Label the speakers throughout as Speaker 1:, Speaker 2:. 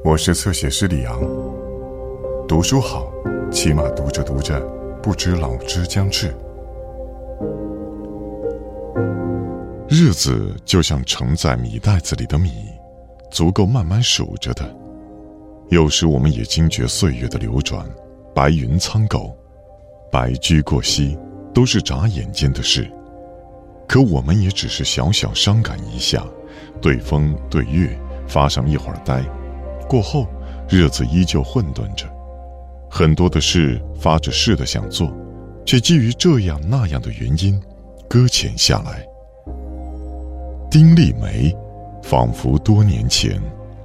Speaker 1: 我是侧写师李昂。读书好，起码读着读着，不知老之将至。日子就像盛在米袋子里的米，足够慢慢数着的。有时我们也惊觉岁月的流转，白云苍狗，白驹过隙，都是眨眼间的事。可我们也只是小小伤感一下，对风对月发上一会儿呆，过后日子依旧混沌着。很多的事发着誓的想做，却基于这样那样的原因搁浅下来。丁立梅，仿佛多年前。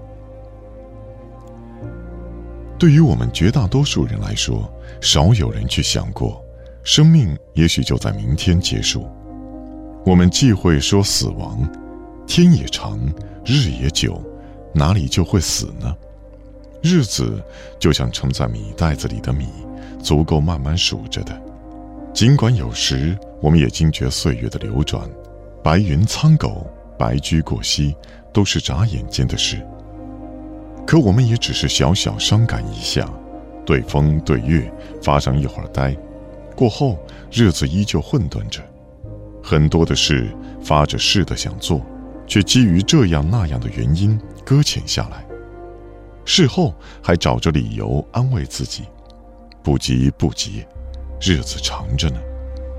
Speaker 1: 对于我们绝大多数人来说，少有人去想过生命也许就在明天结束。我们忌讳说死亡，天也长，日也久，哪里就会死呢？日子就像盛在米袋子里的米，足够慢慢数着的。尽管有时我们也惊觉岁月的流转，白云苍狗，白驹过隙，都是眨眼间的事。可我们也只是小小伤感一下，对风对月发上一会儿呆，过后日子依旧混沌着。很多的事发着誓的想做，却基于这样那样的原因搁浅下来。事后还找着理由安慰自己，不急不急，日子长着呢。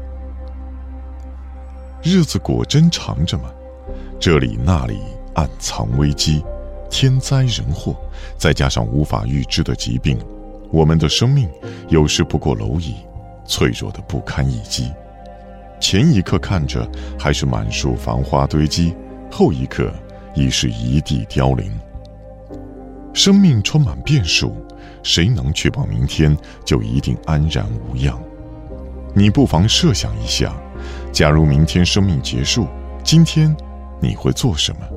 Speaker 1: 日子果真长着吗？这里那里暗藏危机，天灾人祸，再加上无法预知的疾病，我们的生命有时不过蝼蚁，脆弱的不堪一击。前一刻看着还是满树繁花堆积，后一刻已是一地凋零。生命充满变数，谁能确保明天就一定安然无恙？你不妨设想一下，假如明天生命结束，今天你会做什么？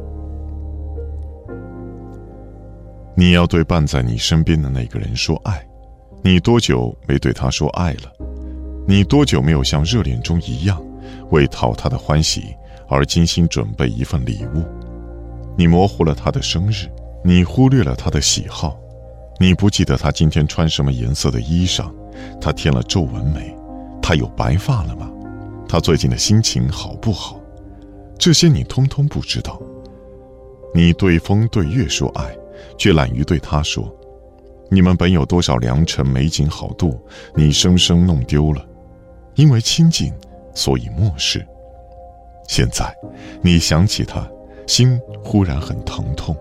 Speaker 1: 你要对伴在你身边的那个人说爱，你多久没对他说爱了？你多久没有像热恋中一样，为讨他的欢喜而精心准备一份礼物？你模糊了他的生日，你忽略了他的喜好，你不记得他今天穿什么颜色的衣裳，他添了皱纹没？他有白发了吗？他最近的心情好不好？这些你通通不知道。你对风对月说爱，却懒于对他说，你们本有多少良辰美景好度，你生生弄丢了。因为亲近，所以漠视。现在你想起他，心忽然很疼痛。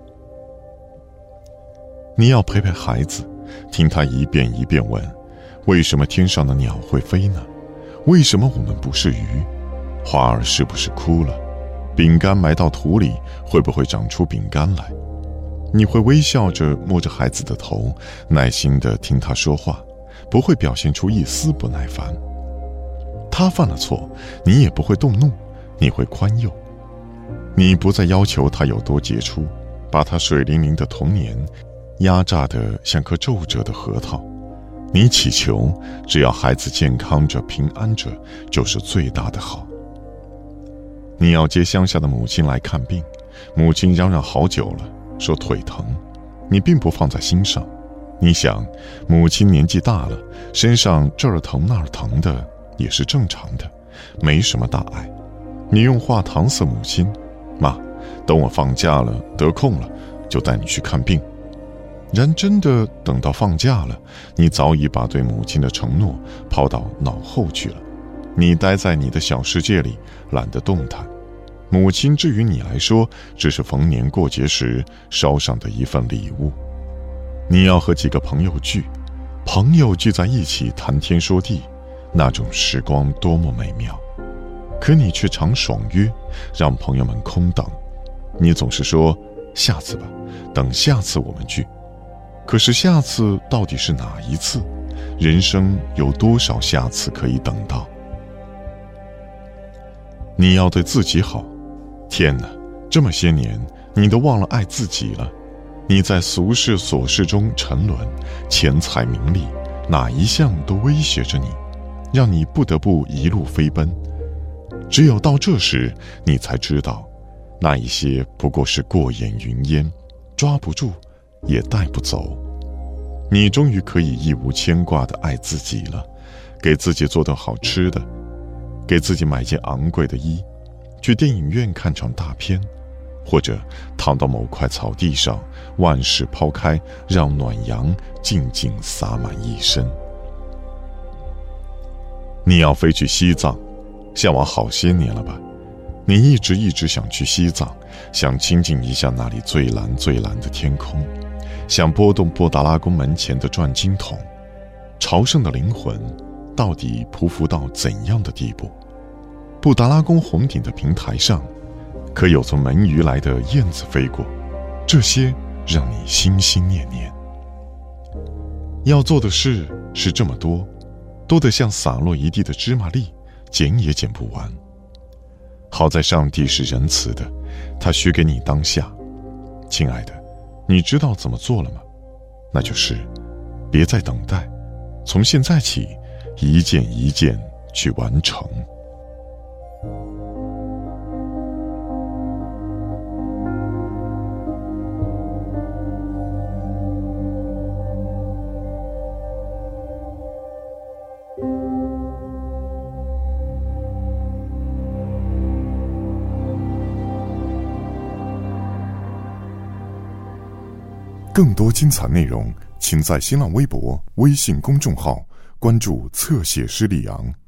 Speaker 1: 你要陪陪孩子，听他一遍一遍问，为什么天上的鸟会飞呢？为什么我们不是鱼？花儿是不是枯了？饼干埋到土里，会不会长出饼干来？你会微笑着摸着孩子的头，耐心地听他说话，不会表现出一丝不耐烦。他犯了错，你也不会动怒，你会宽宥。你不再要求他有多杰出，把他水灵灵的童年压榨得像颗皱褶的核桃。你祈求只要孩子健康着平安着，就是最大的好。你要接乡下的母亲来看病，母亲嚷嚷好久了，说腿疼，你并不放在心上。你想母亲年纪大了，身上这儿疼那儿疼的也是正常的，没什么大碍。你用话搪塞母亲，妈，等我放假了得空了就带你去看病。然真的等到放假了，你早已把对母亲的承诺抛到脑后去了。你待在你的小世界里，懒得动弹。母亲至于你来说，只是逢年过节时捎上的一份礼物。你要和几个朋友聚，朋友聚在一起谈天说地，那种时光多么美妙。可你却常爽约，让朋友们空等。你总是说下次吧，等下次我们聚。可是下次到底是哪一次？人生有多少下次可以等到？你要对自己好。天哪，这么些年你都忘了爱自己了。你在俗世琐事中沉沦，钱财名利哪一项都威胁着你，让你不得不一路飞奔。只有到这时，你才知道，那一些不过是过眼云烟，抓不住也带不走。你终于可以一无牵挂地爱自己了，给自己做顿好吃的，给自己买件昂贵的衣，去电影院看场大片，或者躺到某块草地上，万事抛开，让暖阳静静洒满一身。你要飞去西藏，向往好些年了吧？你一直想去西藏，想亲近一下那里最蓝最蓝的天空，想拨动布达拉宫门前的转经筒。朝圣的灵魂到底匍匐到怎样的地步？布达拉宫红顶的平台上，可有从门隅来的燕子飞过？这些让你心心念念。要做的事是这么多，多得像洒落一地的芝麻粒，捡也捡不完。好在上帝是仁慈的，他许给你当下。亲爱的，你知道怎么做了吗？那就是别再等待，从现在起，一件一件去完成。
Speaker 2: 更多精彩内容，请在新浪微博、微信公众号关注侧写师李昂。